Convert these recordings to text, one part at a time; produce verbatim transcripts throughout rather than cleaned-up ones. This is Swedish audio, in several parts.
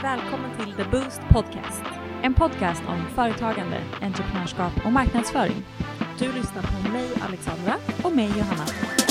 Välkommen till The Boost Podcast. En podcast om företagande, entreprenörskap och marknadsföring. Du lyssnar på mig, Alexandra. Och mig, Johanna.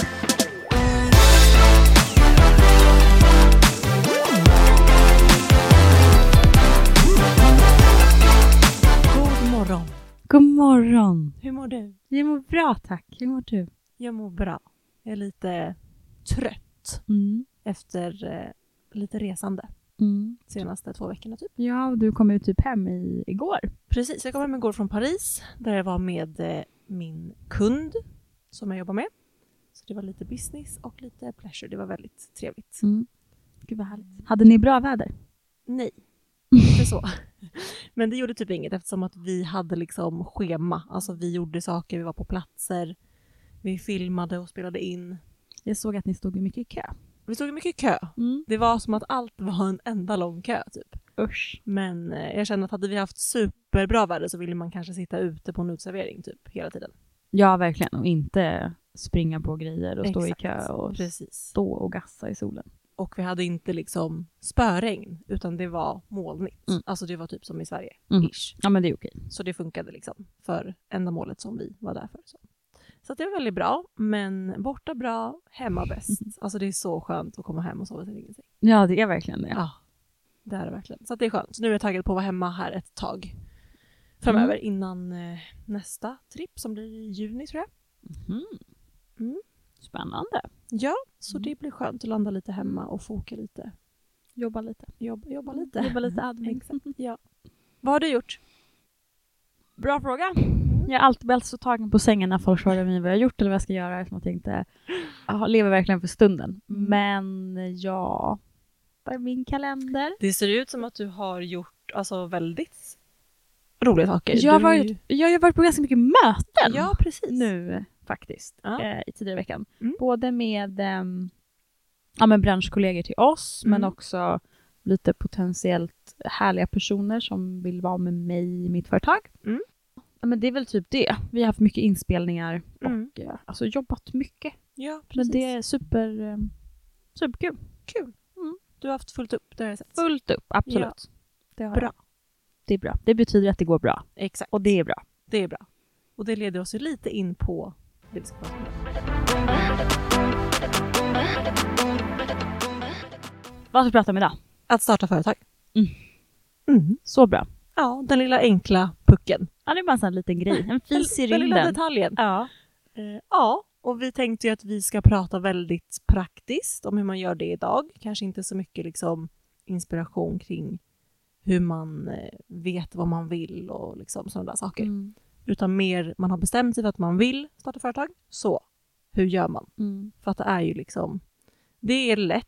God morgon. God morgon. Hur mår du? Jag mår bra, tack. Hur mår du? Jag mår bra. Jag är lite trött Mm. efter eh, lite resande. Mm. Senaste två veckorna typ. Ja, och du kom ju typ hem i, igår. Precis, jag kom hem igår från Paris. Där jag var med eh, min kund som jag jobbar med. Så det var lite business och lite pleasure. Det var väldigt trevligt. Mm. Gud vad härligt. Hade ni bra väder? Nej, inte så. Men det gjorde typ inget eftersom att vi hade liksom schema. Alltså vi gjorde saker, vi var på platser. Vi filmade och spelade in. Jag såg att ni stod mycket i kö. Vi stod mycket i kö. Mm. Det var som att allt var en enda lång kö typ. Usch. Men eh, jag känner att hade vi haft superbra väder så ville man kanske sitta ute på en uteservering typ hela tiden. Ja, verkligen. Och inte springa på grejer och stå Exakt. i kö och Precis. stå och gassa i solen. Och vi hade inte liksom spöregn utan det var molnigt. Mm. Alltså det var typ som i Sverige. Mm. Ish. Ja, men det är okej. Så det funkade liksom för ändamålet som vi var där för. Så, så att det var väldigt bra. Men borta bra, hemma bäst. Alltså det är så skönt att komma hem och sova i sin egen säng. Ja, det är verkligen det. Ja, det är det verkligen. Så att det är skönt. Så nu är jag taggad på att vara hemma här ett tag framöver Mm. innan eh, nästa tripp som blir i juni tror jag. Mhm. Mm. Spännande. Ja, så Mm. det blir skönt att landa lite hemma och foka lite. Jobba lite. Jobba, jobba lite. Jobba lite admin. Exakt, ja. Vad har du gjort? Bra fråga. Jag är alltid väldigt så tagen på sängen när folk frågar mig vad jag har gjort eller vad jag ska göra eftersom att jag inte jag lever verkligen för stunden. Mm. Men ja, vad är min kalender? Det ser ut som att du har gjort alltså, väldigt roliga saker. Jag har, Du varit, ju- jag har varit på ganska mycket möten Ja, precis. nu faktiskt. Ja. Eh, i tidigare veckan. Mm. Både med ehm, ja, men branschkollegor till oss Mm. men också lite potentiellt härliga personer som vill vara med mig i mitt företag. Mm. Ja, men det är väl typ det. Vi har haft mycket inspelningar Mm. och eh, alltså jobbat mycket. Ja, precis. Men det är super, eh, superkul. kul. Mm. Du har haft fullt upp, det har jag sett. Fullt upp, absolut. Det har Bra. jag. Det är bra. Det betyder att det går bra. Exakt. Och det är bra. Det är bra. Och det leder oss ju lite in på det vi ska prata om. Vad ska vi prata om idag? Att starta företag. Mm. Mm. Så bra. Ja, den lilla enkla pucken. Ja, det är bara en sån här liten grej. En fis i Den lilla rymden. detaljen. Ja. Eh, ja, och vi tänkte ju att vi ska prata väldigt praktiskt om hur man gör det idag. Kanske inte så mycket liksom inspiration kring hur man eh, vet vad man vill och liksom sådana där saker. Mm. Utan mer man har bestämt sig för att man vill starta företag. Så, hur gör man? Mm. För att det är ju liksom, det är lätt,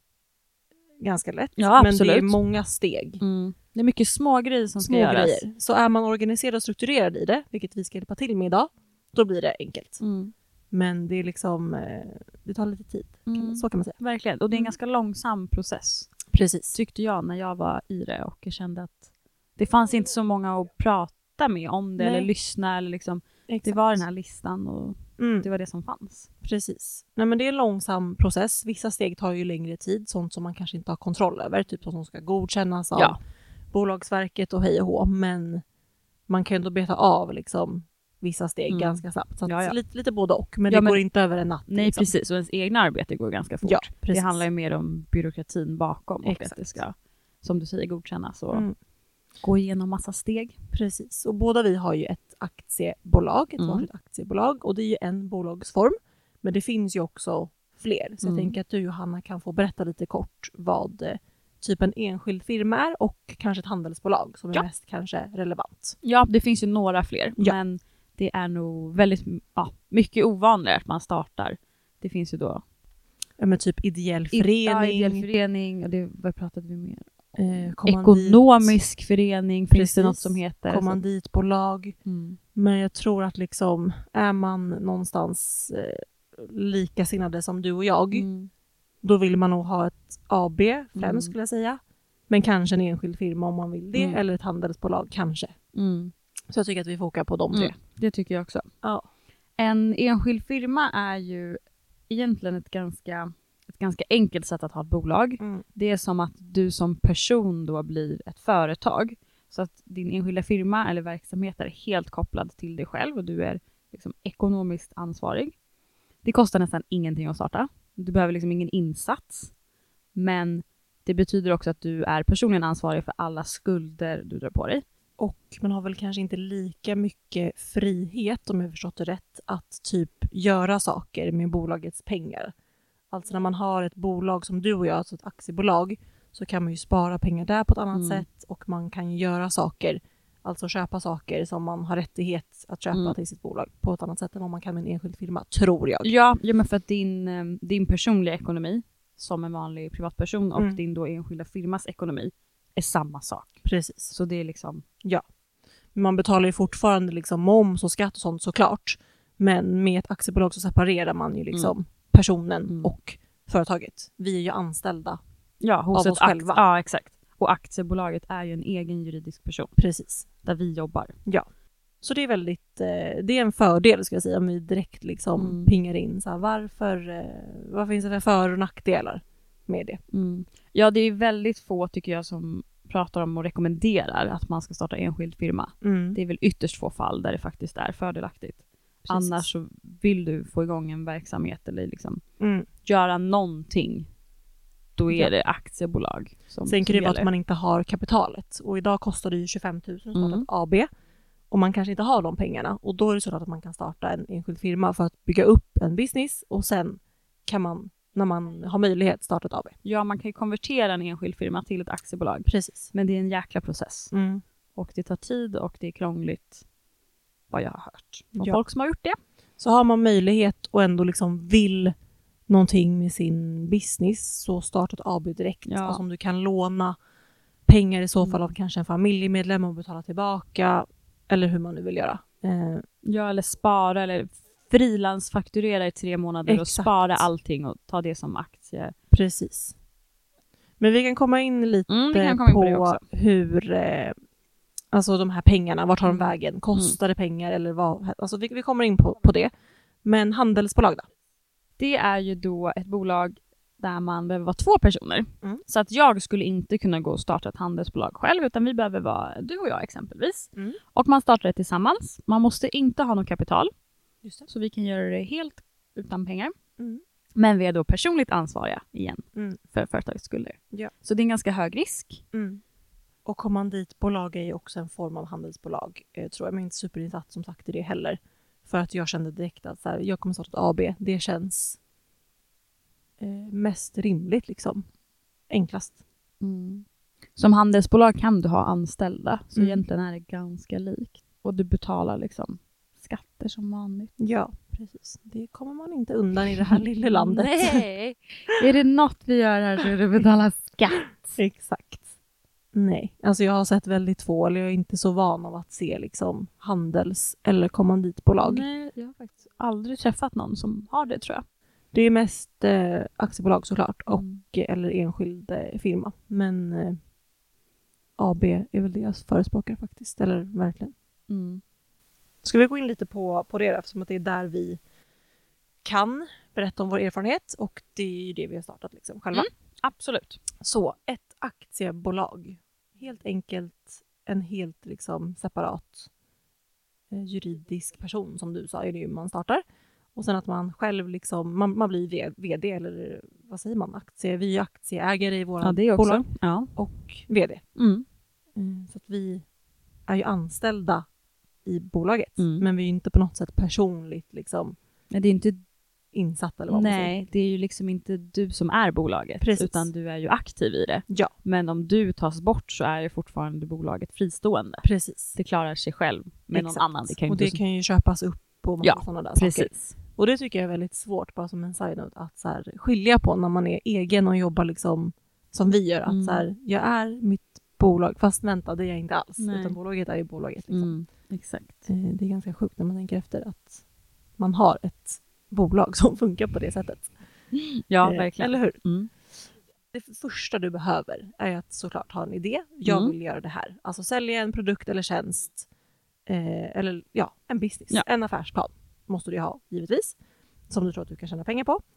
ganska lätt, Ja, men det är absolut. många steg. Mm. Det är mycket små grejer som ska Små göras. grejer. Så är man organiserad och strukturerad i det, vilket vi ska hjälpa till med idag, då blir det enkelt. Mm. Men det är liksom, eh, det tar lite tid. Kan man, Mm. så kan man säga. Verkligen. Och det är en Mm. ganska långsam process. Precis. Tyckte jag när jag var i det och jag kände att det fanns inte så många att prata med om det Nej. eller lyssna eller liksom. Exakt. Det var den här listan och Mm. det var det som fanns. Precis. Nej, men det är en långsam process. Vissa steg tar ju längre tid. Sånt som man kanske inte har kontroll över. Typ sånt som ska godkännas av Ja. Bolagsverket och hej och hå. Men man kan ju ändå beta av liksom, vissa steg Mm. ganska snabbt. Så att Ja, ja. Lite, lite både och. Men Ja, det men- går inte över en natt. Nej, liksom. precis. Och ens egna arbete går ganska fort. Ja, Det precis. handlar ju mer om byråkratin bakom och Exakt. att det ska, som du säger, godkännas och Mm. gå igenom massa steg. Precis. Och båda vi har ju ett aktiebolag. Ett Mm. varsitt aktiebolag. Och det är ju en bolagsform. Men det finns ju också fler. Så jag Mm. tänker att du, Johanna, kan få berätta lite kort vad eh, typ en enskild firma är och kanske ett handelsbolag som är Ja. mest kanske relevant. Ja, det finns ju några fler. Ja. Men det är nog väldigt ja, mycket ovanligare att man startar. Det finns ju då Ja, men typ ideell Ja, förening, ideell förening och det, vad pratade vi mer? eh, kommandit, Ekonomisk förening finns Precis. det något som heter. kommanditbolag. Så, mm. Men jag tror att liksom är man någonstans eh, likasinnade som du och jag, Mm. då vill man nog ha ett A B främst Mm. skulle jag säga. Men kanske en enskild firma om man vill det. Mm. Eller ett handelsbolag kanske. Mm. Så jag tycker att vi fokar på de tre. Mm. Det tycker jag också. Ja. En enskild firma är ju egentligen ett ganska ett ganska enkelt sätt att ha ett bolag. Mm. Det är som att du som person då blir ett företag. Så att din enskilda firma eller verksamhet är helt kopplad till dig själv och du är liksom ekonomiskt ansvarig. Det kostar nästan ingenting att starta. Du behöver liksom ingen insats. Men det betyder också att du är personligen ansvarig för alla skulder du drar på dig. Och man har väl kanske inte lika mycket frihet, om jag förstått det rätt, att typ göra saker med bolagets pengar. Alltså när man har ett bolag som du och jag, alltså ett aktiebolag, så kan man ju spara pengar där på ett annat Mm. sätt och man kan göra saker, alltså köpa saker som man har rättighet att köpa Mm. till sitt bolag på ett annat sätt än vad man kan med en enskild firma, tror jag. Ja, ja men för att din, eh, din personliga ekonomi som en vanlig privatperson och Mm. din då enskilda firmas ekonomi är samma sak. Precis. Så det är liksom... Men man betalar ju fortfarande liksom moms och skatt och sånt såklart. Men med ett aktiebolag så separerar man ju liksom Mm. personen Mm. och företaget. Vi är ju anställda. Ja, hos Av ett oss akt- själva. Ja, exakt. Och aktiebolaget är ju en egen juridisk person Precis. där vi jobbar. Så det är väldigt, eh, det är en fördel ska jag säga om vi direkt liksom Mm. pingar in så här, varför, eh, vad finns det för för- och nackdelar med det? Mm. Ja, det är väldigt få tycker jag som pratar om och rekommenderar att man ska starta enskild firma. Mm. Det är väl ytterst få fall där det faktiskt är fördelaktigt. Precis. Annars så vill du få igång en verksamhet eller liksom Mm. göra någonting, då är Ja. det aktiebolag som Sen kan som det vara att gäller. man inte har kapitalet. Och idag kostar det ju tjugofem tusen att starta Mm. ett A B. Och man kanske inte har de pengarna. Och då är det så att man kan starta en enskild firma för att bygga upp en business. Och sen kan man, när man har möjlighet, starta ett A B. Ja, man kan ju konvertera en enskild firma till ett aktiebolag. Precis. Men det är en jäkla process. Mm. Och det tar tid och det är krångligt, vad jag har hört. Från Ja. folk som har gjort det. Så har man möjlighet och ändå liksom vill någonting med sin business, så starta ett A B direkt. Ja. Alltså om du kan låna pengar i så fall Mm. av kanske en familjemedlem och betala tillbaka. Eller hur man nu vill göra. Eh, Ja, eller spara eller frilansfakturera i tre månader och Exakt. spara allting och ta det som aktie. precis. Men vi kan komma in lite Mm, vi kan komma in på på, det också. hur eh, alltså de här pengarna, vart tar de Mm. vägen? Kostar det pengar eller vad? Alltså vi, vi kommer in på, på det. Men handelsbolag då? Det är ju då ett bolag där man behöver vara två personer. Mm. Så att jag skulle inte kunna gå och starta ett handelsbolag själv, utan vi behöver vara du och jag exempelvis. Mm. Och man startar det tillsammans. Man måste inte ha något kapital, Just det. så vi kan göra det helt utan pengar. Mm. Men vi är då personligt ansvariga igen Mm. för företagets skulder. Ja. Så det är en ganska hög risk. Mm. Och kommanditbolag är ju också en form av handelsbolag, eh, tror jag. Men inte superinsatt som sagt i det heller. För att jag kände direkt att så här, jag kommer starta ett A B. Det känns eh, mest rimligt liksom. Enklast. Som handelsbolag kan du ha anställda, så Mm. egentligen är det ganska likt. Och du betalar liksom skatter som vanligt. Ja, precis. Det kommer man inte undan i det här lilla landet. Nej! Är det något vi gör här så är det betala skatt. Exakt. Nej, alltså jag har sett väldigt få, eller jag är inte så van av att se liksom handels- eller kommanditbolag. Nej, jag har faktiskt aldrig träffat någon som har det, tror jag. Det är mest eh, aktiebolag såklart, och, Mm. eller enskild eh, firma. Men eh, A B är väl det jag förespråkar faktiskt, eller verkligen. Mm. Ska vi gå in lite på, på det eftersom att det är där vi kan berätta om vår erfarenhet, och det är ju det vi har startat liksom själva. Mm. Absolut. Så, ett aktiebolag. Helt enkelt en helt liksom separat eh, juridisk person, som du sa, är det ju man startar. Och sen att man själv liksom, man, man blir v- vd, eller vad säger man, aktie, vi är aktieägare i våra Ja, det också. bolag Ja. och vd. Mm. Mm, så att vi är ju anställda i bolaget, Mm. men vi är ju inte på något sätt personligt liksom Men det är inte, insatta, eller vad man säger. nej, det är ju liksom inte du som är bolaget, Precis. utan du är ju aktiv i det. Ja, Men om du tas bort så är ju fortfarande bolaget fristående. precis. Det klarar sig själv med någon Exakt. annan. Det kan ju och inte det kan ju köpas upp och massa Ja, sådana där saker. precis. Och det tycker jag är väldigt svårt, bara som en side-note, att så här, skilja på när man är egen och jobbar liksom som vi gör. Att Mm. så här, jag är mitt bolag, fast vänta, det är jag inte alls. Nej. Utan bolaget är ju bolaget. Liksom. Mm, exakt. Eh, Det är ganska sjukt när man tänker efter att man har ett bolag som funkar på det sättet. Ja, Eh, verkligen. Eller hur? Mm. Det första du behöver är att såklart ha en idé. Jag Mm. vill göra det här. Alltså sälja en produkt eller tjänst. Eh, eller ja, en business. Ja. En affärsplan måste du ha, givetvis. Som du tror att du kan tjäna pengar på.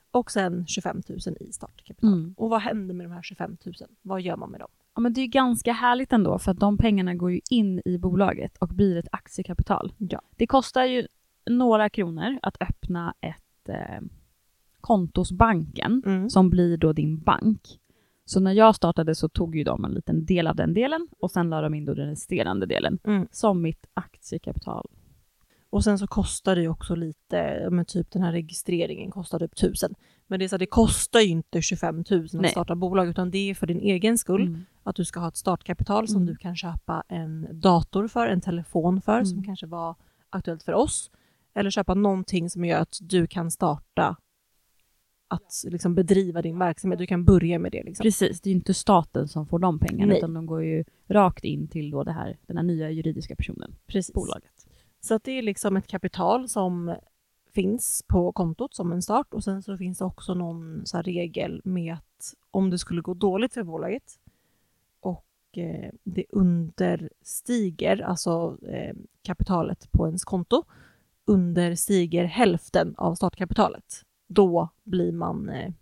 och sen tjugofem tusen i startkapital. Mm. Och vad händer med de här tjugofem tusen? Vad gör man med dem? Ja, men det är ganska härligt ändå för att de pengarna går ju in i bolaget och blir ett aktiekapital. Ja. Det kostar ju några kronor att öppna ett eh, konto hos banken Mm. som blir då din bank. Så när jag startade så tog ju de en liten del av den delen och sen la de in då den resterande delen Mm. som mitt aktiekapital. Och sen så kostar det ju också lite, men typ den här registreringen kostar typ tusen. Men det är så att det kostar ju inte tjugofem tusen att Nej. starta bolag, utan det är för din egen skull. Mm. Att du ska ha ett startkapital som Mm. du kan köpa en dator för, en telefon för, Mm. som kanske var aktuellt för oss. Eller köpa någonting som gör att du kan starta att liksom bedriva din verksamhet. Du kan börja med det. Liksom. Precis, det är ju inte staten som får de pengarna Nej. utan de går ju rakt in till då det här, den här nya juridiska personen, Precis. bolaget. Så att det är liksom ett kapital som finns på kontot som en start, och sen så finns det också någon så här regel med att om det skulle gå dåligt för bolaget och eh, det understiger, alltså eh, kapitalet på ens konto understiger hälften av startkapitalet, då blir man eh,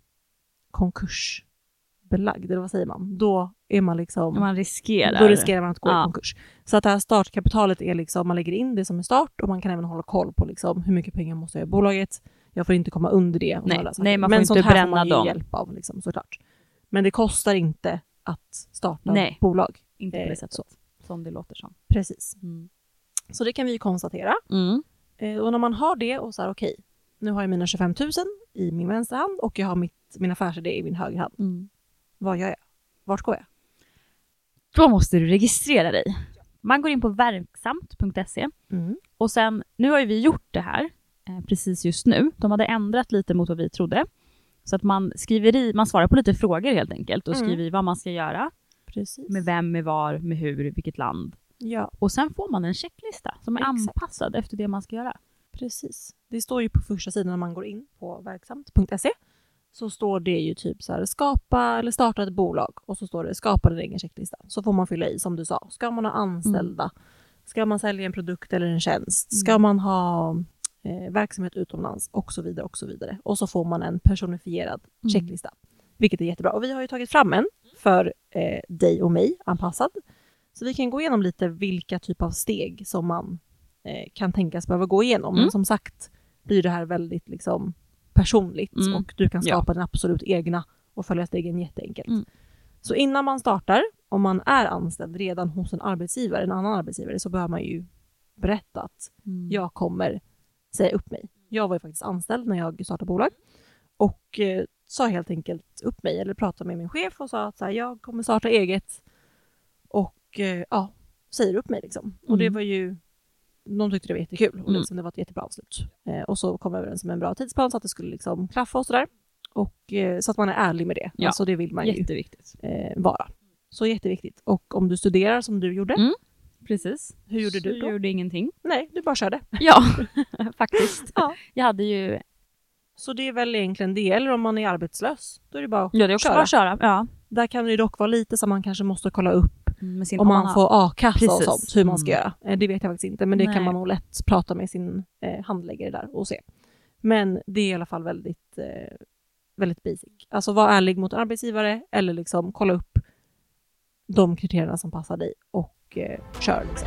konkursbelagd, eller vad säger man? Då är man liksom... Man riskerar. Då riskerar man att gå Ja. i konkurs. Så att det här startkapitalet är liksom, man lägger in det som en start, och man kan även hålla koll på liksom, hur mycket pengar måste jag i bolaget. Jag får inte komma under det. och Nej, sådana där saker. nej, man får Men inte sånt här bränna får man ju dem. hjälp av, liksom, såklart. Men det kostar inte att starta Nej. bolag. Inte på Eh, det sättet så. som det låter som. Precis. Mm. Så det kan vi ju konstatera. Mm. Eh, och när man har det och så här, okej, nu har jag mina tjugofem tusen i min vänstra hand och jag har mitt, min affärsidé i min högra hand. Mm. Vad gör jag? Vart går jag? Då måste du registrera dig. Man går in på verksamt punkt se Mm. och sen, nu har ju vi gjort det här eh, precis just nu. De hade ändrat lite mot vad vi trodde. Så att man skriver i, man svarar på lite frågor helt enkelt och Mm. skriver i vad man ska göra. Precis. Med vem, med var, med hur, vilket land. Ja, Och sen får man en checklista som är Exakt. anpassad efter det man ska göra. precis. Det står ju på första sidan när man går in på verksamt punkt se. Så står det ju typ så här, skapa eller starta ett bolag. Och så står det skapa din egen checklista. Så får man fylla i som du sa. Ska man ha anställda? Mm. Ska man sälja en produkt eller en tjänst? Ska Mm. man ha eh, verksamhet utomlands? Och så vidare och så vidare. Och så får man en personifierad Mm. checklista. Vilket är jättebra. Och vi har ju tagit fram en för eh, dig och mig anpassad. Så vi kan gå igenom lite vilka typ av steg som man eh, kan tänkas behöva gå igenom. Mm. Men som sagt blir det här väldigt liksom personligt Mm. och du kan Ja. skapa den absolut egna och följa stegen jätteenkelt. Mm. Så innan man startar, om man är anställd redan hos en arbetsgivare, en annan arbetsgivare, så behöver man ju berätta att Mm. jag kommer säga upp mig. Jag var ju faktiskt anställd när jag startade bolag och eh, sa helt enkelt upp mig, eller pratade med min chef och sa att så här, jag kommer starta eget och eh, ja, säger upp mig liksom. Och det Mm. var ju, de tyckte det var jättekul och Mm. liksom, det var ett jättebra avslut. Eh, och så kom vi överens om en bra tidsplan så att det skulle liksom klaffa och sådär. Och eh, så att man är ärlig med det. Ja, Alltså det vill man ju Jätteviktigt. eh, vara. Så jätteviktigt. Och om du studerar som du gjorde, Mm. Precis. hur gjorde du Så då? Jag gjorde ingenting. Nej, du bara körde. Ja, faktiskt. Ja. Jag hade ju... Så det är väl egentligen det, eller om man är arbetslös, då är det bara att Ja, det är också köra. bara att köra. Ja. Där kan det ju dock vara lite som man kanske måste kolla upp Med sin, om man har- får a-kassa och Precis. sånt, hur man ska Mm. göra. Eh, Det vet jag faktiskt inte, men det Nej. kan man nog lätt prata med sin eh, handläggare där och se. Men det är i alla fall väldigt, eh, väldigt basic. Alltså var ärlig mot en arbetsgivare eller liksom kolla upp de kriterierna som passar dig och eh, kör. Liksom.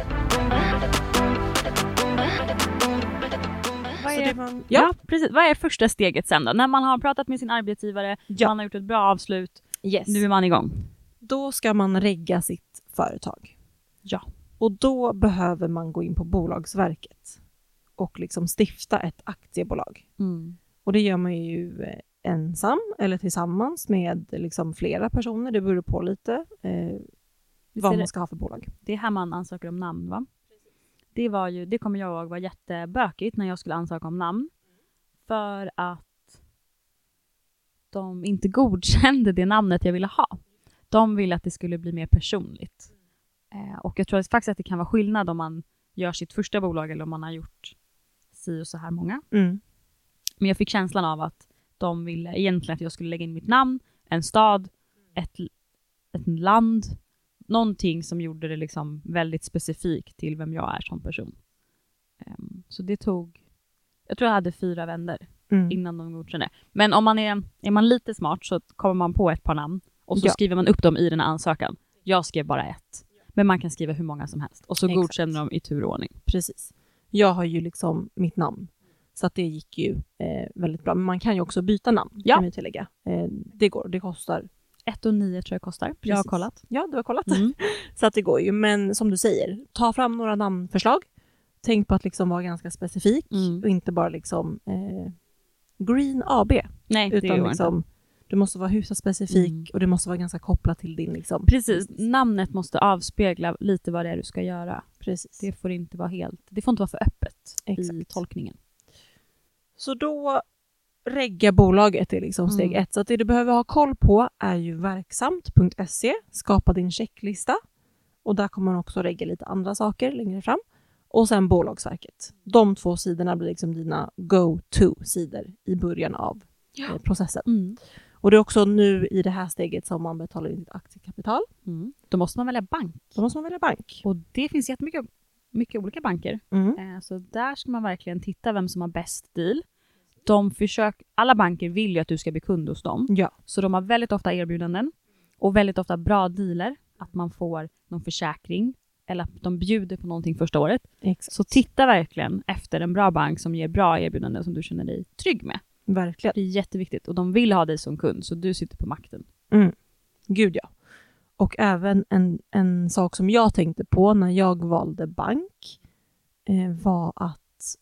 Vad Så är, det var- ja. precis. Vad är första steget sen då? När man har pratat med sin arbetsgivare, Ja. man har gjort ett bra avslut, Yes. nu är man igång. Då ska man regga sitt företag. Ja. Och då behöver man gå in på Bolagsverket och liksom stifta ett aktiebolag. Mm. Och det gör man ju eh, ensam eller tillsammans med liksom flera personer. Det beror på lite eh, Visst vad är man det, ska ha för bolag. det är här man ansöker om namn, va? Det var ju, det kommer jag ihåg var jättebökigt när jag skulle ansöka om namn. För att de inte godkände det namnet jag ville ha. De ville att det skulle bli mer personligt. Eh, och jag tror faktiskt att det kan vara skillnad om man gör sitt första bolag eller om man har gjort si och så här många. Mm. Men jag fick känslan av att de ville egentligen att jag skulle lägga in mitt namn, en stad, ett, ett land, någonting som gjorde det liksom väldigt specifikt till vem jag är som person. Um, så det tog, jag tror jag hade fyra vänner Mm. innan de godkänner. Men om man är, är man lite smart så kommer man på ett par namn och så Ja. skriver man upp dem i den här ansökan. Jag skrev bara ett. Men man kan skriva hur många som helst. Och så Exakt. godkänner de i tur och ordning. Precis. Jag har ju liksom mitt namn. Så att det gick ju eh, väldigt bra. Men man kan ju också byta namn, Ja. kan vi tillägga. Eh, det går, det kostar. ett och nio tror jag kostar. Jag har Precis. kollat. Ja, du har kollat. Mm. Så att det går ju. Men som du säger, ta fram några namnförslag. Tänk på att liksom vara ganska specifik. Mm. Och inte bara liksom eh, Green A B. Nej, det Utan går liksom, inte. du måste vara hushållsspecifik Mm. och det måste vara ganska kopplat till din liksom. Precis, namnet måste avspegla lite vad det är du ska göra. Precis. Det får inte vara helt, det får inte vara för öppet i Exakt. tolkningen. Så då regga bolaget är liksom steg Mm. ett. Så att det du behöver ha koll på är ju verksamt punkt se. Skapa din checklista. Och där kommer man också regga lite andra saker längre fram. Och sen Bolagsverket. De två sidorna blir liksom dina go-to-sidor i början av Ja. eh, processen. Mm. Och det är också nu i det här steget som man betalar in sitt aktiekapital. Mm. Då måste man välja bank. Då måste man välja bank. Och det finns jättemycket mycket olika banker. Mm. Eh, så där ska man verkligen titta vem som har bäst deal. De försök, alla banker vill ju att du ska bli kund hos dem. Ja. Så de har väldigt ofta erbjudanden. Och väldigt ofta bra dealer. Att man får någon försäkring. Eller att de bjuder på någonting första året. Exakt. Så titta verkligen efter en bra bank som ger bra erbjudanden som du känner dig trygg med. Verkligen. Det är jätteviktigt. Och de vill ha dig som kund. Så du sitter på makten. Mm. Gud ja. Och även en, en sak som jag tänkte på när jag valde bank eh, var att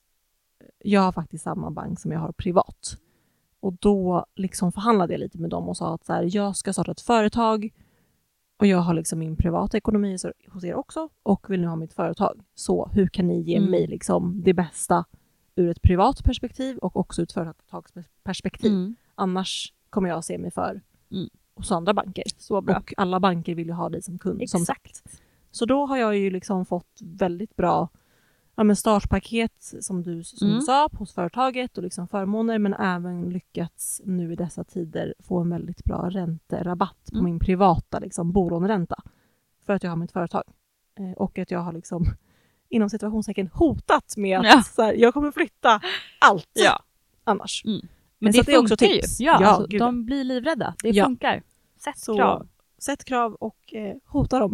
jag har faktiskt samma bank som jag har privat. Och då liksom förhandlade jag lite med dem och sa att så här, jag ska starta ett företag och jag har liksom min privata ekonomi hos er också och vill nu ha mitt företag. Så hur kan ni ge Mm. mig liksom det bästa ur ett privat perspektiv och också ur ett företagsperspektiv. Mm. Annars kommer jag se mig för Mm. hos andra banker. Så bra. Och alla banker vill ju ha dig som kund. Som Exakt. sagt. Så då har jag ju liksom fått väldigt bra ja, men startpaket som du som Mm. du sa hos företaget och liksom förmåner, men även lyckats nu i dessa tider få en väldigt bra ränterabatt på Mm. min privata liksom, bolåneränta för att jag har mitt företag. Eh, och att jag har liksom inom situationstecken hotat med att Ja. så här, jag kommer flytta allt Ja. annars. Mm. Men, Men det så att det är också funkar ju. tips. Ja, Ja, alltså, gud, de blir livrädda. Det Ja. funkar. Sätt Så krav. sätt krav och eh, hota dem.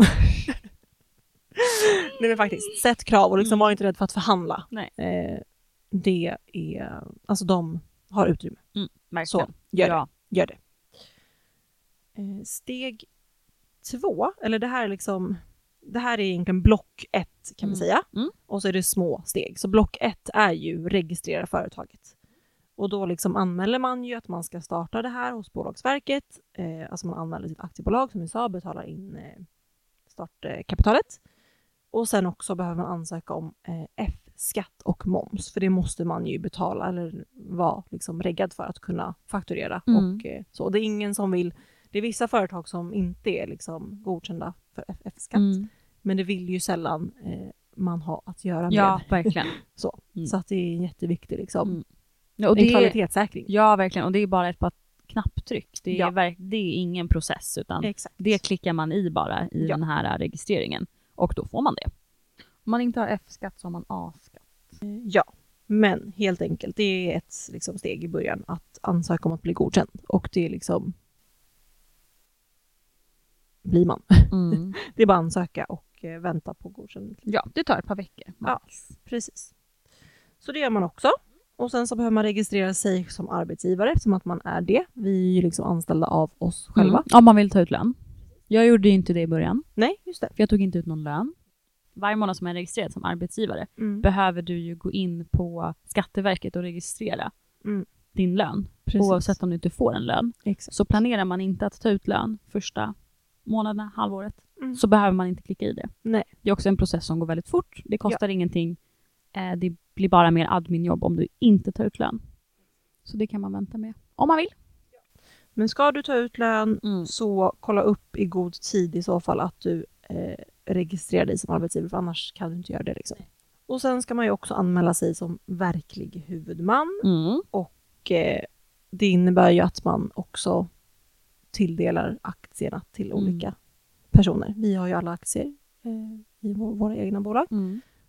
Nej men faktiskt, sätt krav och liksom Mm. var inte rädd för att förhandla. Nej. Eh, det är, alltså de har utrymme. Mm, Så, verkligen. gör ja. det. Gör det. Eh, steg två, eller det här är liksom, det här är egentligen block ett kan vi Mm. säga. Mm. Och så är det små steg. Så block ett är ju registrera företaget. Och då liksom anmäler man ju att man ska starta det här hos Bolagsverket. Eh, alltså man anmäler sitt aktiebolag som vi sa, betalar in eh, startkapitalet. Och sen också behöver man ansöka om eh, F-skatt och moms. För det måste man ju betala eller vara liksom reggad för att kunna fakturera. Mm. Och, eh, så. Det är ingen som vill, det är vissa företag som inte är liksom godkända för F- F-skatt. Mm. Men det vill ju sällan eh, man ha att göra med. Ja, verkligen. Så, Mm. så att det är jätteviktigt liksom. Mm. Ja, och En det är, kvalitetssäkring. ja, verkligen. Och det är bara ett par knapptryck. Det är, Ja. verk, det är ingen process, utan Exakt. det klickar man i bara i Ja. den här registreringen. Och då får man det. Om man inte har F-skatt så har man A-skatt. Eh, Ja, men helt enkelt. Det är ett liksom, steg i början att ansöka om att bli godkänd. Och det är liksom blir man. Mm. Det är bara att ansöka och eh, vänta på godkännande. Ja, det tar ett par veckor. Ja, precis. Så det gör man också. Och sen så behöver man registrera sig som arbetsgivare eftersom att man är det. Vi är ju liksom anställda av oss själva. Mm. Om man vill ta ut lön. Jag gjorde ju inte det i början. Nej, just det. För jag tog inte ut någon lön. Varje månad som jag är registrerad som arbetsgivare Mm. behöver du ju gå in på Skatteverket och registrera Mm. din lön. Precis. Oavsett om du inte får en lön. Exakt. Så planerar man inte att ta ut lön första månaderna, halvåret, Mm. så behöver man inte klicka i det. Nej. Det är också en process som går väldigt fort. Det kostar ingenting. Eh, det blir bara mer adminjobb om du inte tar ut lön. Så det kan man vänta med. Om man vill. Men ska du ta ut lön Mm. så kolla upp i god tid i så fall att du eh, registrerar dig som arbetsgivare, för annars kan du inte göra det. Liksom. Och sen ska man ju också anmäla sig som verklig huvudman. Mm. Och eh, det innebär ju att man också tilldelar aktierna till Mm. olika personer. Vi har ju alla aktier eh, i vår, våra egna bolag. Mm.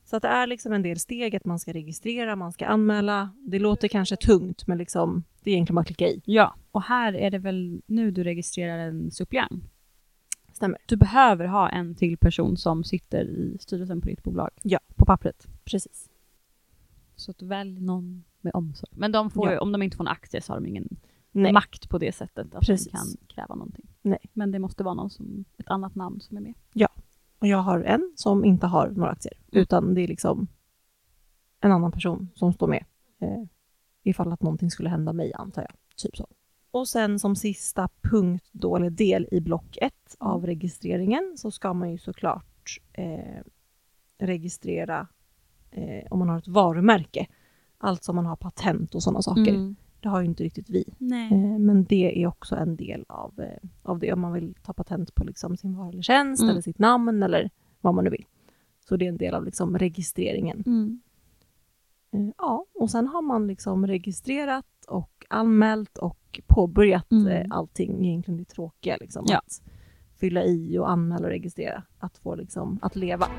Så att det är liksom en del steg att man ska registrera, man ska anmäla. Det låter kanske tungt, men liksom, det är egentligen bara att klicka i. Ja, och här är det väl nu du registrerar en suppleant. Stämmer. Du behöver ha en till person som sitter i styrelsen på ditt bolag. Ja. På pappret. Precis. Så att välj någon med omsorg. Men de får Ja. ju, om de inte får en aktie så har de ingen Nej. makt på det sättet att Precis. de kan kräva någonting. Nej. Men det måste vara någon som, ett annat namn som är med. Och jag har en som inte har några aktier. Mm. Utan det är liksom en annan person som står med. Eh, ifall att någonting skulle hända mig, antar jag. Typ så. Och sen som sista punkt då, eller del i block ett av registreringen, så ska man ju såklart eh, registrera eh, om man har ett varumärke. Alltså om man har patent och sådana saker. Mm. Det har ju inte riktigt vi. Nej. Eh, men det är också en del av, eh, av det om man vill ta patent på liksom sin vara eller tjänst Mm. eller sitt namn eller vad man nu vill. Så det är en del av liksom registreringen. Mm. Eh, ja, och sen har man liksom registrerat och anmält och påbörjat Mm. eh, allting, egentligen det tråkiga. Liksom, Ja. Att fylla i och anmäla och registrera. Att få liksom, att leva.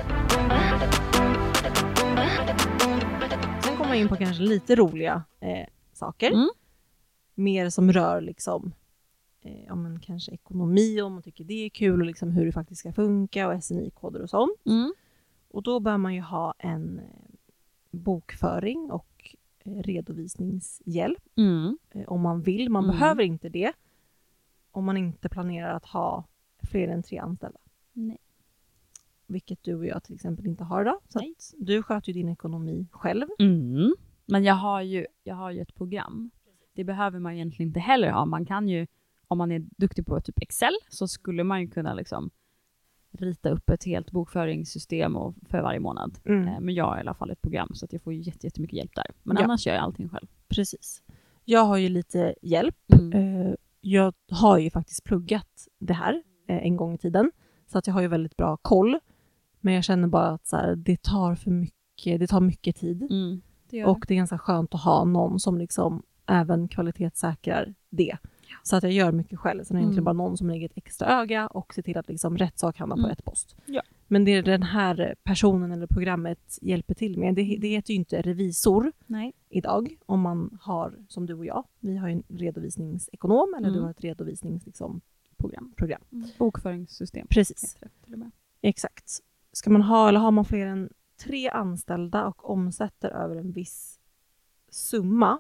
Sen kommer man in på kanske lite roliga eh, saker. Mm. Mer som rör liksom, eh, ja, men kanske ekonomi, om man tycker det är kul och liksom hur det faktiskt ska funka och S N I-koder och sånt. Mm. Och då bör man ju ha en eh, bokföring och eh, redovisningshjälp Mm. eh, om man vill. Man Mm. behöver inte det om man inte planerar att ha fler än tre anställda. Nej. Vilket du och jag till exempel inte har då. Så Nej. att du sköter ju din ekonomi själv. Mm. Men jag har, ju, jag har ju ett program. Det behöver man egentligen inte heller ha. Man kan ju, om man är duktig på typ Excel, så skulle man ju kunna liksom rita upp ett helt bokföringssystem och för varje månad. Mm. Eh, Men jag har i alla fall ett program så att jag får ju jätte, jättemycket hjälp där. Men Ja. annars gör jag allting själv. Precis. Jag har ju lite hjälp. Mm. Eh, Jag har ju faktiskt pluggat det här eh, en gång i tiden. Så att jag har ju väldigt bra koll. Men jag känner bara att så här, det tar för mycket, det tar mycket tid. Mm. Det gör Och det är ganska skönt att ha någon som liksom även kvalitetssäkrar det. Så att jag gör mycket själv. Sen är det egentligen Mm. bara någon som lägger ett extra öga och ser till att liksom rätt sak hamnar på Mm. rätt post. Ja. Men det den här personen eller programmet hjälper till med, det, det heter ju inte revisor Nej. idag. Om man har, som du och jag, vi har ju en redovisningsekonom eller Mm. du har ett redovisningsprogram. Liksom, Program. program. Mm. Bokföringssystem. Precis, heter det till och med. exakt. Ska man ha, eller har man fler än tre anställda och omsätter över en viss summa,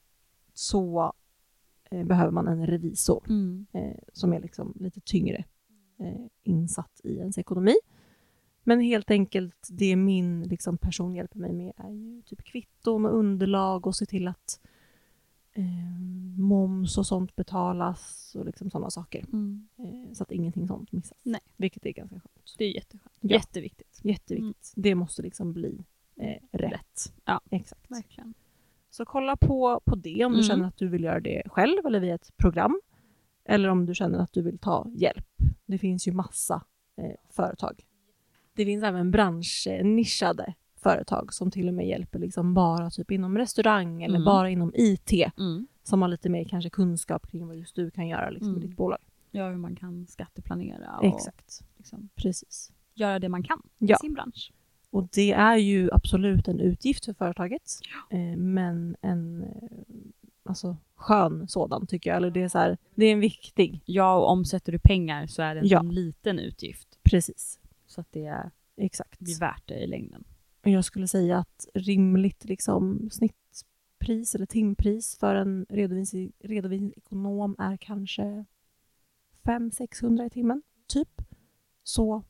så eh, behöver man en revisor Mm. eh, som är liksom lite tyngre eh, insatt i ens ekonomi. Men helt enkelt, det min liksom, person hjälper mig med är ju typ kvitton och underlag och se till att eh, moms och sånt betalas och liksom sådana saker. Mm. Eh, så att ingenting sånt missas. Nej. Vilket är ganska skönt. Det är jätteskönt. Ja. Jätteviktigt. Jätteviktigt. Det måste liksom bli eh, rätt. Ja. Exakt. Verkligen. Så kolla på, på det om du Mm. känner att du vill göra det själv eller via ett program. Eller om du känner att du vill ta hjälp. Det finns ju massa eh, företag. Det finns även branschnischade företag som till och med hjälper liksom bara typ inom restaurang eller Mm. bara inom I T. Mm. Som har lite mer kanske kunskap kring vad just du kan göra liksom, Mm. i ditt bolag. Ja, hur man kan skatteplanera och Exakt, liksom precis. göra det man kan Ja. i sin bransch. Och det är ju absolut en utgift för företaget. Eh, men en eh, alltså, skön sådan tycker jag. Eller det är, så här, det är en viktig. Ja, och omsätter du pengar så är det en Ja. sån liten utgift. Precis. Så att det är, Exakt. blir värt det i längden. Och jag skulle säga att rimligt liksom, snittpris eller timpris för en redovisning, redovisningsekonom är kanske fem till sexhundra i timmen. Typ. Så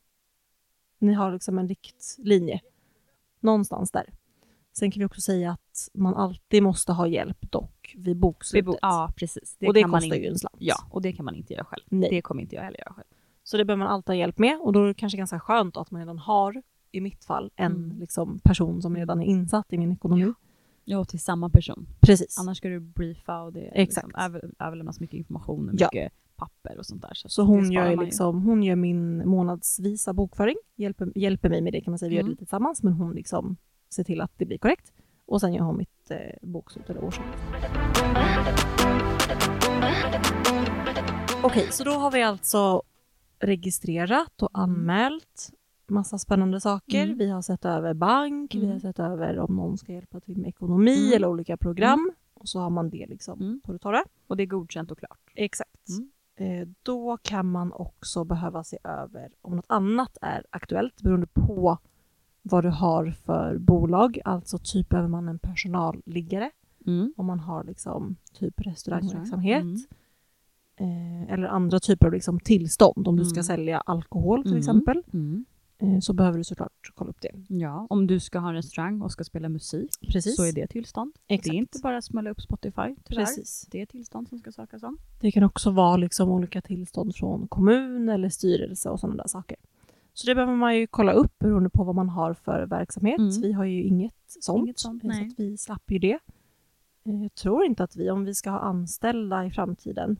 ni har liksom en riktlinje. Någonstans där. Sen kan vi också säga att man alltid måste ha hjälp dock vid bokslutet. Ja, precis. och det kan man kostar in- ju en slant. Ja, och det kan man inte göra själv. Nej. Det kommer inte jag heller göra själv. Så det behöver man alltid ha hjälp med. Och då är det kanske ganska skönt att man redan har, i mitt fall, en Mm. liksom, person som redan är insatt i min ekonomi. Ja, till samma person. Precis. Annars ska du briefa och det Exakt. liksom över, överlämnas mycket information och Ja. mycket papper och sånt där. Så, Så det hon sparar gör, ju man ju. liksom, hon gör min månadsvisa bokföring. Hjälper, hjälper mig med det kan man säga. Vi gör det Mm. lite tillsammans. Men hon liksom ser till att det blir korrekt. Och sen gör hon mitt eh, bokslut eller årsbokslut. Okej, så då har vi alltså registrerat och anmält. massa spännande saker. Mm. Vi har sett över bank, Mm. vi har sett över om någon ska hjälpa till med ekonomi Mm. eller olika program. Mm. Och så har man det liksom Mm. på det torra. Och det är godkänt och klart. Exakt. Mm. Eh, då kan man också behöva se över om något annat är aktuellt beroende på vad du har för bolag. Alltså typ behöver man en personalliggare. Mm. Om man har liksom typ restaurangverksamhet. Mm. Eh, eller andra typer av liksom tillstånd. Om du ska Mm. sälja alkohol till Mm. exempel. Mm. Eh, så behöver du såklart kolla upp det. Ja, om du ska ha en restaurang och ska spela musik Precis. så är det tillstånd. Exakt. Det är inte bara att smälla upp Spotify, tyvärr. Precis. Det är tillstånd som ska sökas om. Det kan också vara liksom olika tillstånd från kommun eller styrelse och sådana där saker. Så det behöver man ju kolla upp beroende på vad man har för verksamhet. Mm. Vi har ju inget sånt, Inget sånt, så nej. att vi slapp ju det. Eh, Jag tror inte att vi, om vi ska ha anställda i framtiden,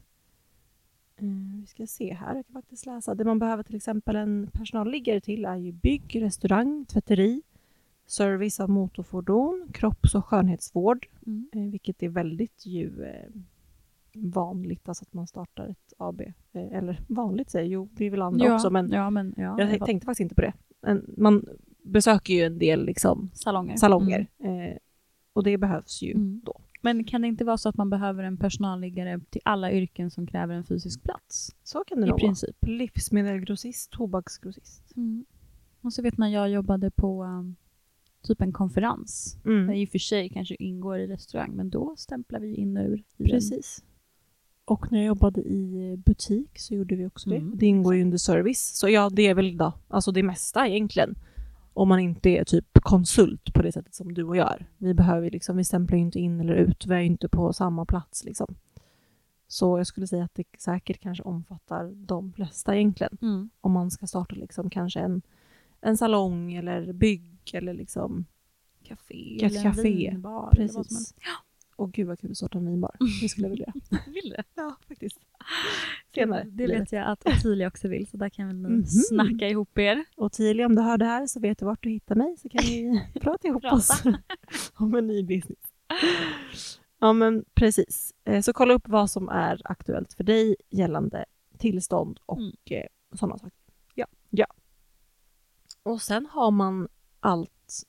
eh, vi ska se här, jag kan faktiskt läsa. Det man behöver till exempel en personalliggare till är ju bygg, restaurang, tvätteri, service av motorfordon, kropps- och skönhetsvård, Mm. eh, vilket är väldigt ju eh, vanligt, alltså att man startar ett A B. Eh, eller vanligt säger jo, det är väl andra Ja, också, men ja, men ja, jag det var tänkte faktiskt inte på det. En, man besöker ju en del liksom, salonger. salonger eh, och det behövs ju Mm. då. Men kan det inte vara så att man behöver en personalliggare till alla yrken som kräver en fysisk plats? Så kan det I nog princip. vara. Livsmedelsgrossist, tobaksgrossist. Mm. Och så vet när jag jobbade på um, typ en konferens. Mm. Det i och för sig kanske ingår i restaurang, men då stämplar vi in och ur. I Precis. Och när jag jobbade i butik så gjorde vi också det. Mm. Det ingår ju under service. Så ja, det är väl då, alltså det mesta egentligen. Om man inte är typ konsult på det sättet som du och gör. Vi behöver liksom, vi stämplar ju inte in eller ut. Vi är ju inte på samma plats liksom. Så jag skulle säga att det säkert kanske omfattar de flesta egentligen. en. Mm. Om man ska starta liksom kanske en, en salong eller bygg eller liksom Café Ett eller café. en vinbar. Eller vad som precis. helst. Och gud vad kul att starta en vinbar. Det skulle jag vilja göra. Vill det? Ja, faktiskt. Senare. Det vet jag att Ottilia också vill, så där kan vi ni Mhm. snacka ihop er. Och Tilia, om du hör det här så vet du vart du hittar mig, så kan vi prata ihop Prata. oss om en ny business. Ja, men precis. Eh, Så kolla upp vad som är aktuellt för dig gällande tillstånd och Mm. eh, sådana saker. Ja. ja. Och sen har man allt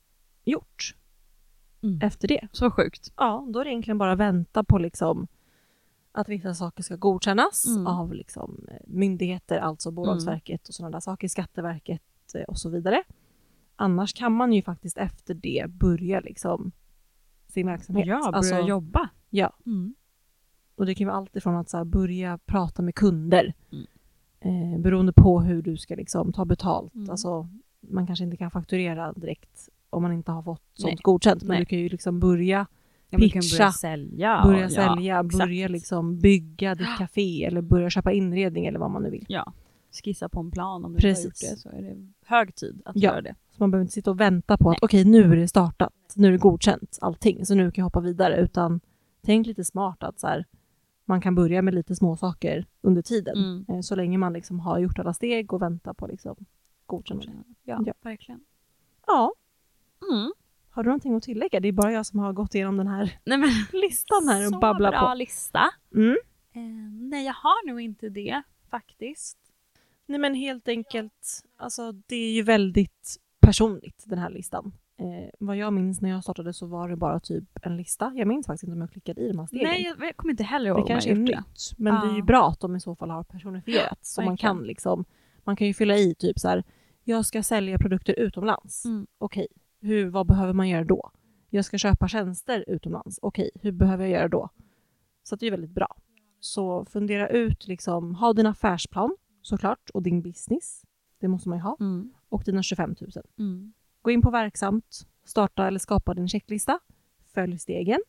gjort Mm. efter det. Så sjukt. Ja, då är det egentligen bara att vänta på liksom att vissa saker ska godkännas Mm. av liksom myndigheter, alltså Bolagsverket och sådana där saker, Skatteverket eh, och så vidare. Annars kan man ju faktiskt efter det börja liksom sin verksamhet. Ja, börja Alltså, jobba. Ja, Mm. och det kan vara allt ifrån att så här, börja prata med kunder Mm. eh, beroende på hur du ska liksom ta betalt. Mm. Alltså, man kanske inte kan fakturera direkt om man inte har fått sånt Nej. godkänt, men Nej. du kan ju liksom börja Ja, men du kan pitcha, börja sälja. börja ja, sälja, exakt. börja liksom bygga ditt café eller börja köpa inredning eller vad man nu vill. Ja, skissa på en plan om du inte har Precis. gjort det, så är det hög tid att Ja. göra det. Så man behöver inte sitta och vänta på att okej, nu är det startat, nu är det godkänt allting, så nu kan jag hoppa vidare, utan tänk lite smart att så här, man kan börja med lite små saker under tiden, Mm. eh, så länge man liksom har gjort alla steg och väntar på liksom godkännande. Ja, Ja. verkligen. Ja, Mm. har du någonting att tillägga? Det är bara jag som har gått igenom den här Nej, men listan här och så babblar bra på. lista. Mm. Eh, nej, jag har nog inte det faktiskt. Nej, men helt enkelt, alltså det är ju väldigt personligt den här listan. Eh, vad jag minns när jag startade så var det bara typ en lista. Jag minns faktiskt inte om jag klickade i de här stegen. Nej, jag, jag kommer inte heller ihåg det om kanske jag är gjort nytt, men Ja. det är ju bra att de i så fall har personifierat. Så man verkligen. kan liksom, man kan ju fylla i typ så här, jag ska sälja produkter utomlands. det. Mm. Okej, hur, vad behöver man göra då? Jag ska köpa tjänster utomlands. Okej, hur behöver jag göra då? Så att det är väldigt bra. Så fundera ut, liksom, ha din affärsplan såklart och din business. Det måste man ju ha. Mm. Och dina tjugofem tusen. Mm. Gå in på Verksamt, starta eller skapa din checklista. Följ stegen.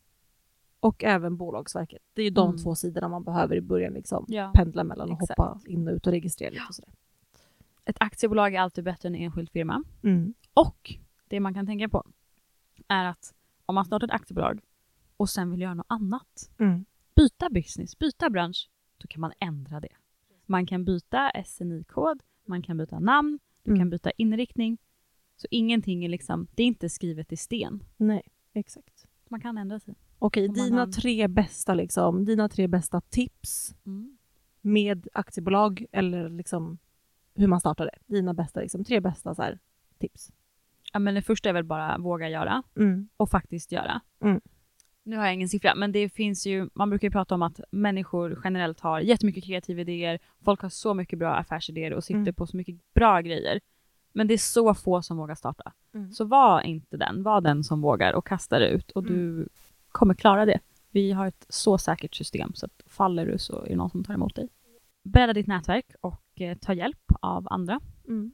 Och även Bolagsverket. Det är ju de Mm. två sidorna man behöver i början liksom Ja. pendla mellan och Exakt. hoppa in och ut och registrera lite och sådär. Ett aktiebolag är alltid bättre än en enskild firma. Mm. Och det man kan tänka på är att om man startar ett aktiebolag och sen vill göra något annat, Mm. byta business, byta bransch, då kan man ändra det. Man kan byta S N I-kod, man kan byta namn, du Mm. kan byta inriktning. Så ingenting är liksom, det är inte skrivet i sten. Nej, exakt. Man kan ändra sig. Okej, Om man dina har- tre bästa liksom, dina tre bästa tips Mm. med aktiebolag eller liksom hur man startar det. Dina bästa, liksom, tre bästa så här, tips. Ja, men det första är väl bara våga göra. Mm. Och faktiskt göra. Mm. Nu har jag ingen siffra, men det finns ju, man brukar ju prata om att människor generellt har jättemycket kreativa idéer. Folk har så mycket bra affärsidéer och sitter Mm. på så mycket bra grejer. Men det är så få som vågar starta. Mm. Så var inte den, var den som vågar och kastar ut. Och Mm. du kommer klara det. Vi har ett så säkert system så att faller du så är det någon som tar emot dig. Bredda ditt nätverk och eh, ta hjälp av andra. Mm.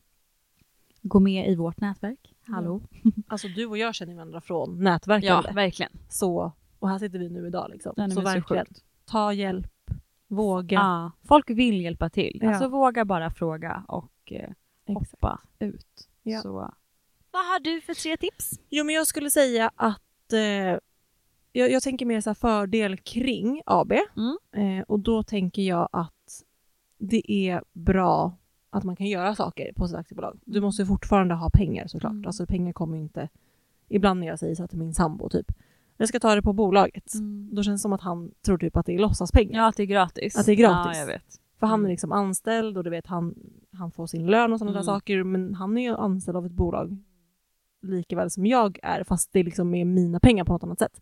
Gå med i vårt nätverk. Hallå. Alltså du och jag känner varandra från nätverkande. Ja, verkligen. Så, och här sitter vi nu idag. Liksom. Den är Så väl så verkligen, sjukt. ta hjälp, våga. Ja, folk vill hjälpa till. Ja. Alltså våga bara fråga och eh, Exakt. hoppa ut. Ja. Så. Vad har du för tre tips? Jo, men jag skulle säga att eh, jag, jag tänker mer så här fördel kring A B. Mm. Eh, och då tänker jag att det är bra att man kan göra saker på sitt aktiebolag. Du måste ju fortfarande ha pengar såklart. Mm. Alltså pengar kommer ju inte... Ibland när jag säger så här till min sambo typ, jag ska ta det på bolaget. Mm. Då känns det som att han tror typ att det är låtsaspengar. Ja, att det är gratis. Att det är gratis. Ja, jag vet. För han är Mm. liksom anställd och du vet han, han får sin lön och sådana Mm. där saker. Men han är ju anställd av ett bolag lika väl som jag är. Fast det liksom är mina pengar på något annat sätt.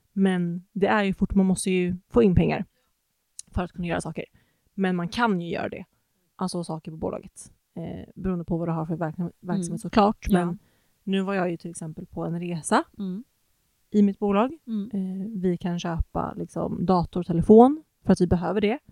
Men det är ju fort, man måste ju få in pengar för att kunna göra saker. Men man kan ju göra det. Alltså saker på bolaget. Eh, beroende på vad du har för verksam- verksamhet Mm. såklart. Men Ja. nu var jag ju till exempel på en resa Mm. i mitt bolag. Mm. Eh, vi kan köpa liksom dator, telefon för att vi behöver det.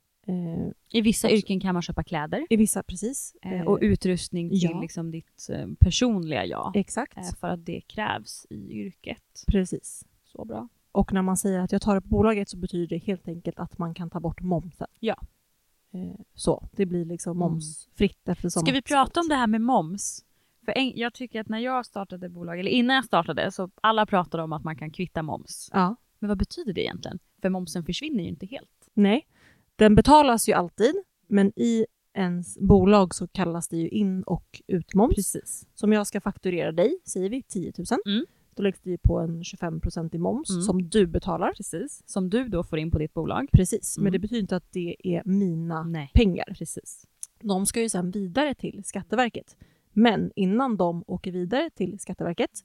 Eh, I vissa Också. yrken kan man köpa kläder. I vissa, precis. Eh, och utrustning till ja. liksom ditt eh, personliga jag. Exakt. Eh, för att det krävs i yrket. Precis. Så bra. Och när man säger att jag tar det på bolaget så betyder det helt enkelt att man kan ta bort momsen. Ja. Eh, så, det blir liksom momsfritt eftersom... Ska vi att- prata om det här med moms? För en, jag tycker att när jag startade bolag, eller innan jag startade, så alla pratade om att man kan kvitta moms. Ja. Men vad betyder det egentligen? För momsen försvinner ju inte helt. Nej, den betalas ju alltid. Men i ens bolag så kallas det ju in- och utmoms. Precis. Som jag ska fakturera dig, säger vi, tio tusen. Mm. Då läggs det ju på en tjugofem procent i moms Mm. som du betalar. Precis. Som du då får in på ditt bolag. Precis, Mm. men det betyder inte att det är mina Nej. pengar. Precis. De ska ju sedan vidare till Skatteverket. Men innan de åker vidare till Skatteverket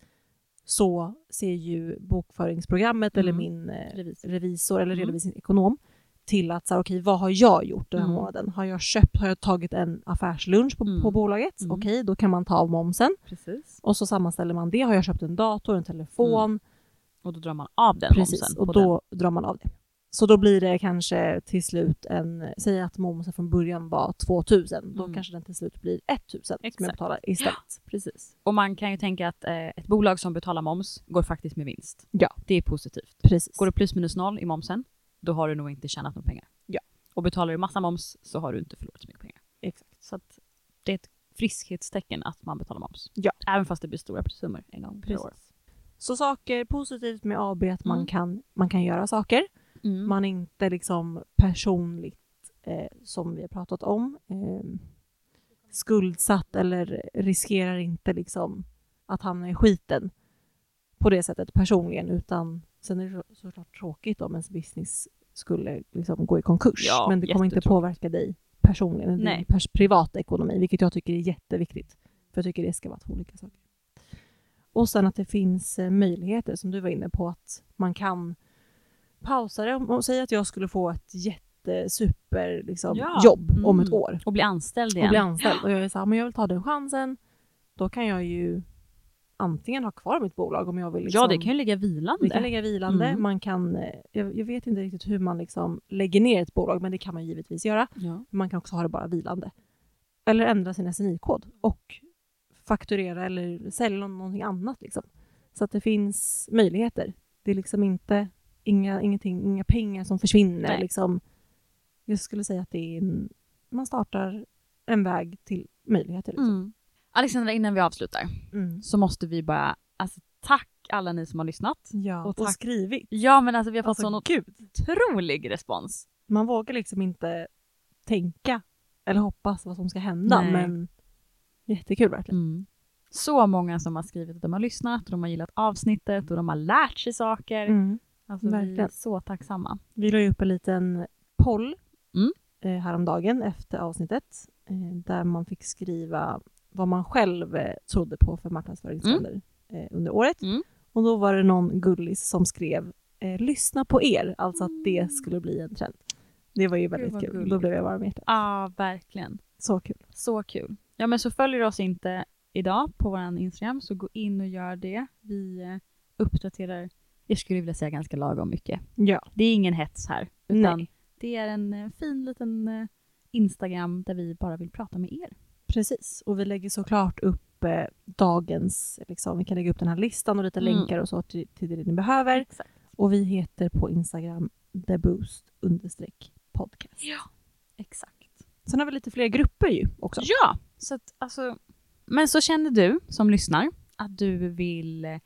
så ser ju bokföringsprogrammet Mm. eller min eh, Revisor. revisor eller Mm. redovisningsekonom till att säga, okej, vad har jag gjort den här Mm. månaden? Har jag köpt, har jag tagit en affärslunch på, Mm. på bolaget? Mm. Okej, då kan man ta av momsen. Precis. Och så sammanställer man det. Har jag köpt en dator, en telefon? Och då drar man av den Precis, momsen. och på då drar man av det. Så då blir det kanske till slut en, säg att momsen från början var två tusen, då Mm. kanske den till slut blir ett tusen som jag Exakt. betalar istället. den. Precis. Och man kan ju tänka att eh, ett bolag som betalar moms går faktiskt med vinst. Ja. Det är positivt. Precis. Går det plus minus noll i momsen, då har du nog inte tjänat några pengar. Ja. Och betalar du massa moms så har du inte förlorat så mycket pengar. Exakt. Så att det är ett friskhetstecken att man betalar moms. Ja. Även fast det blir stora summor en gång per år. Precis. Så saker positivt med A B att man, Mm. kan, man kan göra saker. Mm. Man är inte liksom personligt, eh, som vi har pratat om, eh, skuldsatt eller riskerar inte liksom att hamna i skiten på det sättet personligen, utan sen är det såklart tråkigt om ens business skulle liksom gå i konkurs. Ja, men det kommer inte jättetråkigt. påverka dig personligen, Nej. din pers- privata ekonomi, vilket jag tycker är jätteviktigt. För jag tycker det ska vara två olika saker. Och sen att det finns eh, möjligheter, som du var inne på, att man kan pausa det och säga att jag skulle få ett jättesuper liksom, Ja. jobb om Mm. ett år. Och bli anställd igen. Och bli anställd. Och jag är så här, men jag vill ta den chansen. Då kan jag ju antingen ha kvar mitt bolag om jag vill. Liksom, Ja, det kan ju ligga vilande. det kan ligga vilande. Mm. Man kan, eh, jag, jag vet inte riktigt hur man liksom lägger ner ett bolag, men det kan man givetvis göra. Ja. Man kan också ha det bara vilande. Eller ändra sin S N I-kod och fakturera eller sälja någonting annat. Liksom. Så att det finns möjligheter. Det är liksom inte inga, ingenting, inga pengar som försvinner. Nej. Liksom. Jag skulle säga att det är en, man startar en väg till möjligheter. Liksom. Mm. Alexandra, innan vi avslutar Mm. så måste vi bara, alltså tack alla ni som har lyssnat. Ja, Och och, tack. skrivit. Ja, men alltså vi har fått Alltså, sån gud. otrolig respons. Man vågar liksom inte tänka eller hoppas vad som ska hända. Nej. Men jättekul verkligen. Mm. Så många som har skrivit att de har lyssnat och de har gillat avsnittet och de har lärt sig saker. Mm. Alltså, vi är Verkligen. så tacksamma. Vi la ju upp en liten poll Mm. eh, häromdagen efter avsnittet. eh, där man fick skriva vad man själv eh, trodde på för marknadsföringstrender mm. eh, under året. Mm. Och då var det någon gullis som skrev eh, lyssna på er, alltså att det skulle bli en trend. Det var ju väldigt Gud, kul. gulligt. Då blev jag varm i hjärtat. Ja, verkligen. Så kul. Så kul. Ja, men så följer du oss inte idag på vår Instagram, så gå in och gör det. Vi eh, uppdaterar, jag skulle vilja säga ganska lagom mycket. Ja. Det är ingen hets här, utan Nej. det är en eh, fin liten eh, Instagram där vi bara vill prata med er. Precis. Och vi lägger såklart upp eh, dagens, liksom, vi kan lägga upp den här listan och lite Mm. länkar och så till, till det ni behöver. Exakt. Och vi heter på Instagram theboost understreck podcast. Ja, exakt. Sen har vi lite fler grupper ju också. Ja, så att, alltså, men så känner du som lyssnar att du vill eh,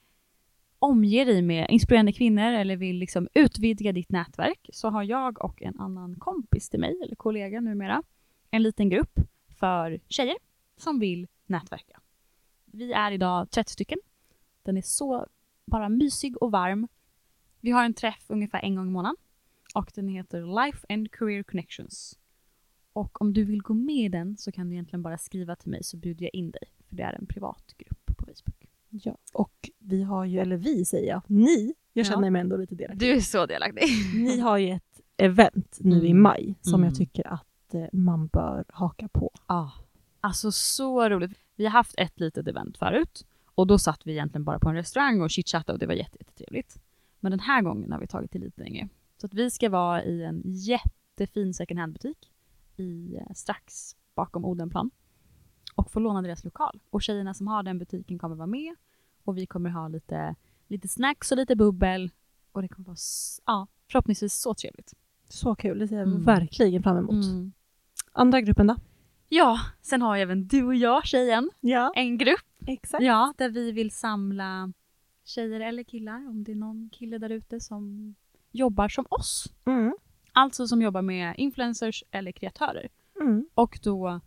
omge dig med inspirerande kvinnor eller vill liksom utvidga ditt nätverk, så har jag och en annan kompis till mig, eller kollega numera, en liten grupp för tjejer som vill nätverka. Vi är idag trettio stycken. Den är så bara mysig och varm. Vi har en träff ungefär en gång i månaden och den heter Life and Career Connections. Och om du vill gå med i den så kan du egentligen bara skriva till mig, så bjuder jag in dig. För det är en privat grupp på Facebook. Ja. Och vi har ju, eller vi säger jag, ni, jag Ja. känner mig ändå lite delaktig. Du är så delaktig. Ni har ju ett event nu Mm. i maj som Mm. jag tycker att eh, man bör haka på. Ja. Alltså så roligt. Vi har haft ett litet event förut. Och då satt vi egentligen bara på en restaurang och chitchattade och det var jätte, jättetrevligt. Men den här gången har vi tagit det lite längre. Så att vi ska vara i en jättefin second hand-butik i, eh, strax bakom Odenplan. Och få låna deras lokal. Och tjejerna som har den butiken kommer vara med. Och vi kommer ha lite, lite snacks och lite bubbel. Och det kommer vara s- ja, förhoppningsvis så trevligt. Så kul, det ser jag Mm. verkligen fram emot. Mm. Andra gruppen då? Ja, sen har ju även du och jag, tjejen, Ja, en grupp. exakt. Ja, där vi vill samla tjejer eller killar, om det är någon kille där ute som jobbar som oss. Mm. Alltså som jobbar med influencers eller kreatörer. Mm. Och då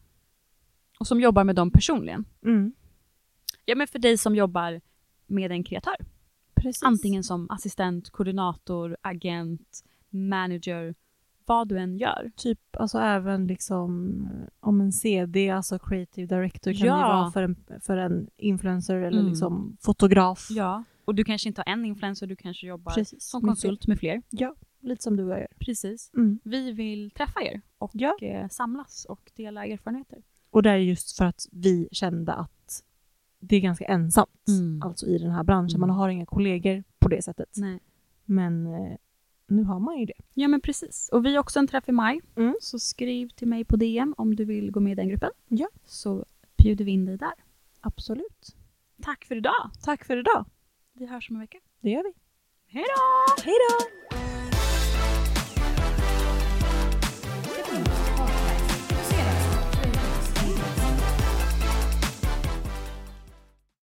och som jobbar med dem personligen. Mm. Ja, men för dig som jobbar med en kreatör. Precis. Antingen som assistent, koordinator, agent, manager, vad du än gör. Typ, alltså även liksom eh, om en C D, alltså creative director kan Ja. ju vara för en, för en influencer eller Mm. liksom fotograf. Ja. Och du kanske inte har en influencer, du kanske jobbar Precis. som konsult med fler. Ja, lite som du och jag gör. Precis. Mm. Vi vill träffa er och Ja. eh, samlas och dela erfarenheter. Och det är just för att vi kände att det är ganska ensamt Mm. alltså i den här branschen. Mm. Man har inga kollegor på det sättet. Nej. Men eh, nu har man ju det. Ja, men precis. Och vi har också en träff i maj. Mm. Så skriv till mig på D M om du vill gå med i den gruppen. Ja. Så bjuder vi in dig där. Absolut. Tack för idag. Tack för idag. Vi hörs om en vecka. Det gör vi. Hej då! Hej då!